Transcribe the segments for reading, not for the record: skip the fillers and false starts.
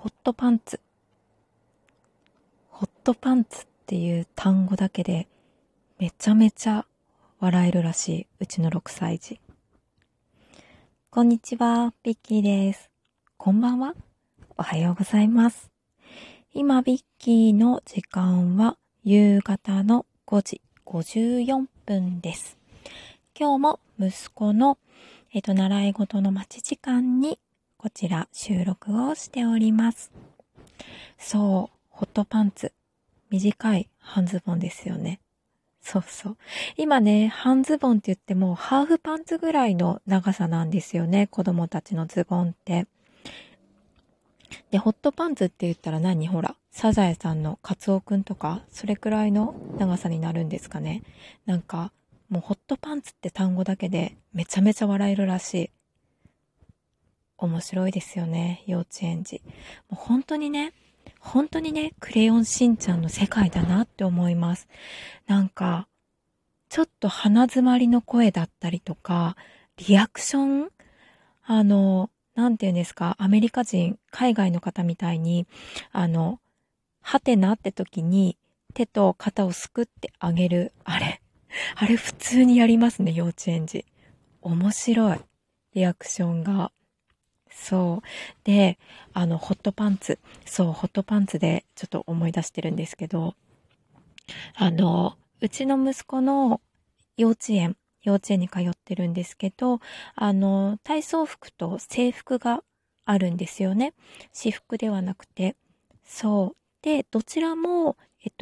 ホットパンツ。ホットパンツっていう単語だけでめちゃめちゃ笑えるらしい、うちの6歳児。こんにちは、ビッキーです。こんばんは、おはようございます。今、ビッキーの時間は夕方の5時54分です。今日も息子の、習い事の待ち時間にこちら収録をしております。そう、ホットパンツ。短い半ズボンですよね。そうそう。今ね、半ズボンって言ってもハーフパンツぐらいの長さなんですよね。子供たちのズボンって。で、ホットパンツって言ったらほら、サザエさんのカツオくんとか、それくらいの長さになるんですかね。なんか、もうホットパンツって単語だけでめちゃめちゃ笑えるらしい。面白いですよね、幼稚園児。もう本当にね、クレヨンしんちゃんの世界だなって思います。なんか、ちょっと鼻詰まりの声だったりとか、リアクションなんていうんですか、アメリカ人、海外の方みたいに、はてなって時に手と肩をすくってあげる。あれ普通にやりますね、幼稚園児。面白い。リアクションが。そう。で、ホットパンツ。そう、ホットパンツでちょっと思い出してるんですけど、うちの息子の幼稚園に通ってるんですけど、体操服と制服があるんですよね。私服ではなくて。そう。で、どちらも、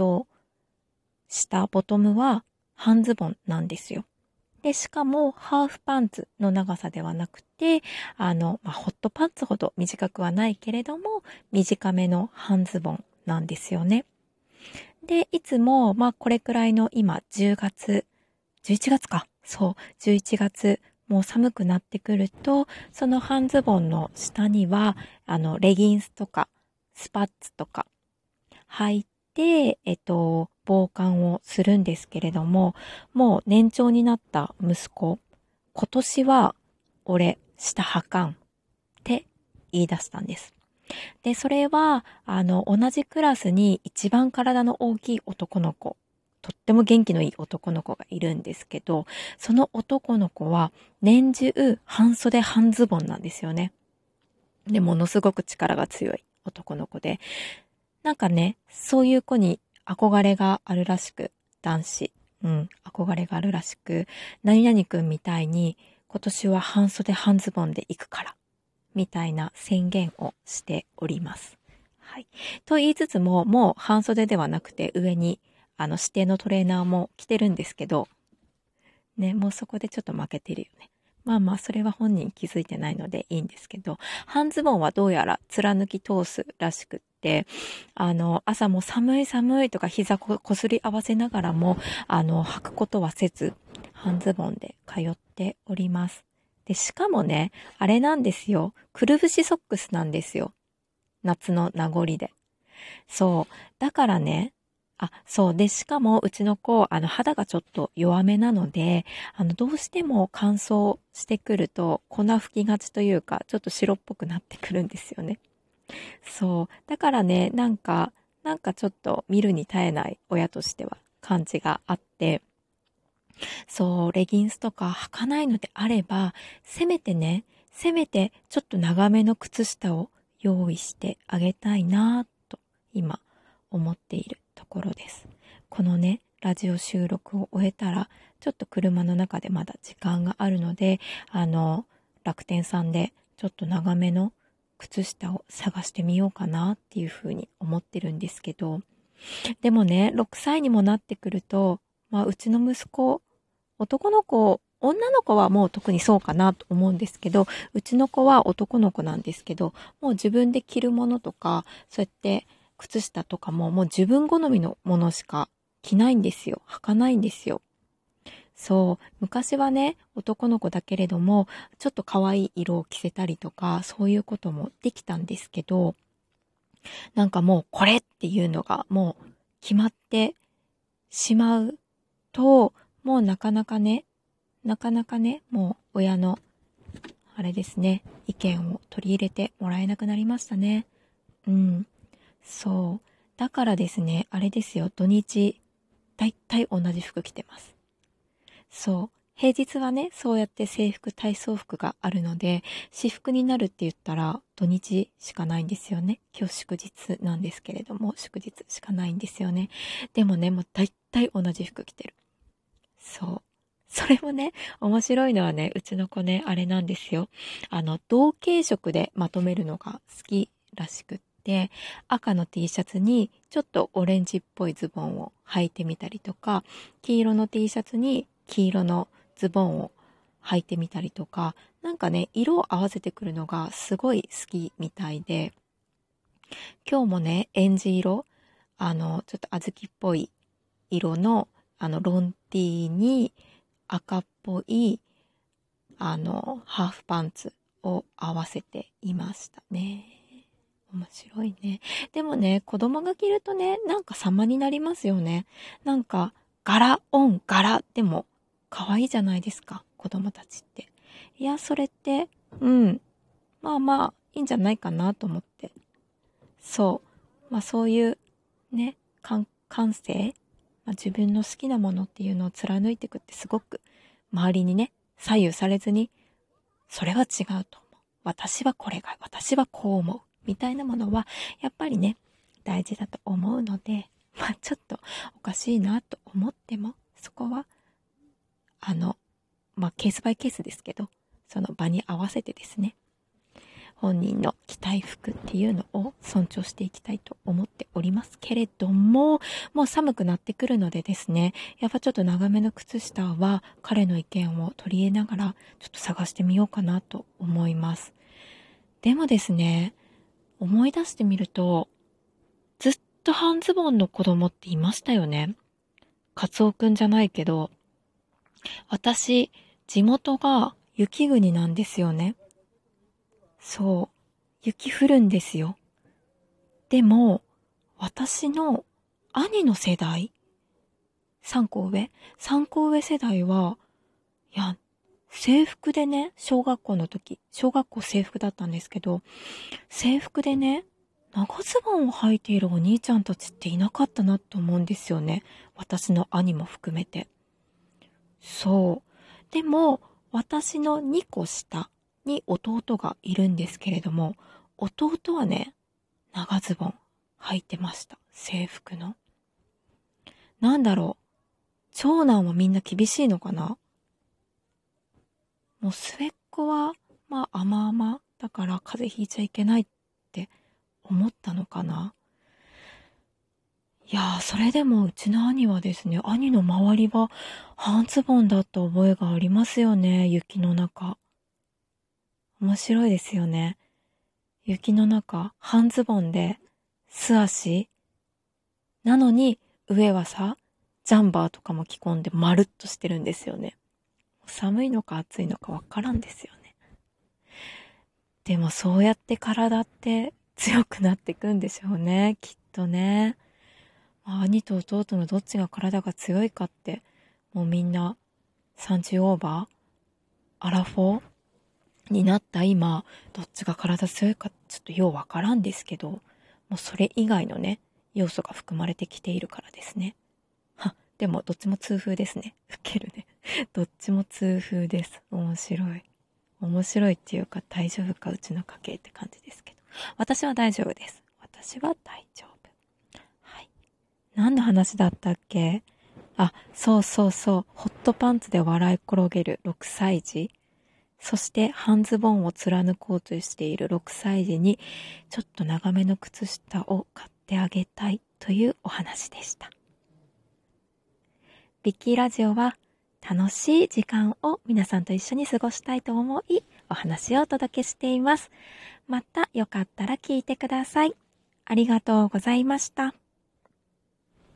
下、ボトムは半ズボンなんですよ。で、しかも、ハーフパンツの長さではなくて、ホットパンツほど短くはないけれども、短めの半ズボンなんですよね。で、いつも、これくらいの今、11月か。そう、11月、もう寒くなってくると、その半ズボンの下には、レギンスとか、スパッツとか、履いて、防寒をするんですけれども、もう年長になった息子、今年は、俺、下履かんって言い出したんです。で、それは、同じクラスに一番体の大きい男の子、とっても元気のいい男の子がいるんですけど、その男の子は年中半袖半ズボンなんですよね。で、ものすごく力が強い男の子で、なんかね、そういう子に憧れがあるらしく、男子。憧れがあるらしく、何々くんみたいに今年は半袖半ズボンで行くから。みたいな宣言をしております。はい。と言いつつも、もう半袖ではなくて上に、指定のトレーナーも着てるんですけど、ね、もうそこでちょっと負けてるよね。それは本人気づいてないのでいいんですけど、半ズボンはどうやら貫き通すらしくって、朝も寒い寒いとか膝こすり合わせながらも、履くことはせず、半ズボンで通っております。で、しかもね、あれなんですよ。くるぶしソックスなんですよ。夏の名残で。そう。だからね、そう。で、しかも、うちの子、肌がちょっと弱めなので、どうしても乾燥してくると、粉吹きがちというか、ちょっと白っぽくなってくるんですよね。そう。だからね、ちょっと見るに耐えない親としては感じがあって、そう、レギンスとか履かないのであれば、せめてちょっと長めの靴下を用意してあげたいなと今思っているところです。このね、ラジオ収録を終えたら、ちょっと車の中でまだ時間があるので、楽天さんでちょっと長めの靴下を探してみようかなっていうふうに思ってるんですけど、でもね、6歳にもなってくると、うちの息子、女の子はもう特にそうかなと思うんですけど、うちの子は男の子なんですけど、もう自分で着るものとか、そうやって靴下とかももう自分好みのものしか着ないんですよ。履かないんですよ。そう。昔はね、男の子だけれども、ちょっと可愛い色を着せたりとか、そういうこともできたんですけど、なんかもうこれっていうのがもう決まってしまうと、もうなかなかね、もう親の、あれですね、意見を取り入れてもらえなくなりましたね。 うん。そう。だからですね、あれですよ、土日、だいたい同じ服着てます。そう。平日はね、そうやって制服、体操服があるので、私服になるって言ったら土日しかないんですよね。今日祝日なんですけれども、祝日しかないんですよね。でもね、もうだいたい同じ服着てる。そう。それもね、面白いのはね、うちの子ね、あれなんですよ。同系色でまとめるのが好きらしくって、赤の T シャツにちょっとオレンジっぽいズボンを履いてみたりとか、黄色の T シャツに黄色のズボンを履いてみたりとか、なんかね、色を合わせてくるのがすごい好きみたいで、今日もね、エンジ色、ちょっと小豆っぽい色の、ロンティーに赤っぽい、ハーフパンツを合わせていましたね。面白いね。でもね、子供が着るとね、なんか様になりますよね。なんか、柄、オン、柄でも可愛いじゃないですか、子供たちって。いや、それって、うん、まあまあ、いいんじゃないかなと思って。そう。まあそういうね、感性、まあ、自分の好きなものっていうのを貫いていくってすごく周りにね、左右されずに、それは違うと思う。私はこれが、私はこう思う。みたいなものは、やっぱりね、大事だと思うので、まあちょっとおかしいなと思っても、そこは、まあケースバイケースですけど、その場に合わせてですね、本人の着たい服っていうのを尊重していきたいと思っておりますけれども、もう寒くなってくるのでですね、やっぱちょっと長めの靴下は彼の意見を取り入れながらちょっと探してみようかなと思います。でもですね、思い出してみると、ずっと半ズボンの子供っていましたよね。カツオくんじゃないけど、私、地元が雪国なんですよね。そう。雪降るんですよ。でも、私の兄の世代、3個上 ?3 個上世代は、いや、制服でね、小学校の時、小学校制服だったんですけど、制服でね、長ズボンを履いているお兄ちゃんたちっていなかったなと思うんですよね。私の兄も含めて。そう。でも、私の2個下に弟がいるんですけれども、弟はね、長ズボン履いてました。制服の。なんだろう。長男はみんな厳しいのかな。もう末っ子は、まあ甘々だから風邪ひいちゃいけないって思ったのかな。いやー、それでもうちの兄はですね、兄の周りは半ズボンだった覚えがありますよね、雪の中。面白いですよね。雪の中、半ズボンで、素足なのに、上はさ、ジャンバーとかも着込んでまるっとしてるんですよね。寒いのか暑いのかわからんですよね。でもそうやって体って強くなっていくんでしょうね、きっとね。兄と弟のどっちが体が強いかって、もうみんな30オーバーアラフォーになった今、どっちが体強いかちょっとようわからんですけど、もうそれ以外のね、要素が含まれてきているからですね。でもどっちも痛風ですね。ウケるね。どっちも痛風です。面白い。面白いっていうか大丈夫かうちの家系って感じですけど。私は大丈夫です。私は大丈夫。はい。何の話だったっけ？あ、そうそうそう。ホットパンツで笑い転げる6歳児。そして半ズボンを貫こうとしている6歳児にちょっと長めの靴下を買ってあげたいというお話でした。ビッキーラジオは楽しい時間を皆さんと一緒に過ごしたいと思いお話をお届けしています。またよかったら聞いてください。ありがとうございました。